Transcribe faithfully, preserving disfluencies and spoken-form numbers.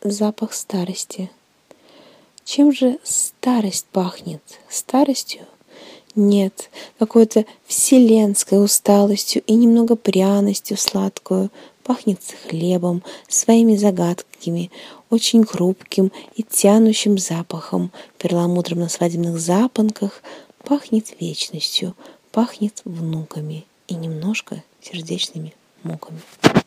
запах старости. Чем же старость пахнет? Старостью? Нет, какой-то вселенской усталостью и немного пряностью сладкую. Пахнет хлебом, своими загадками, очень хрупким и тянущим запахом, перламутром на свадебных запонках. Пахнет вечностью, пахнет внуками и немножко сердечными муками.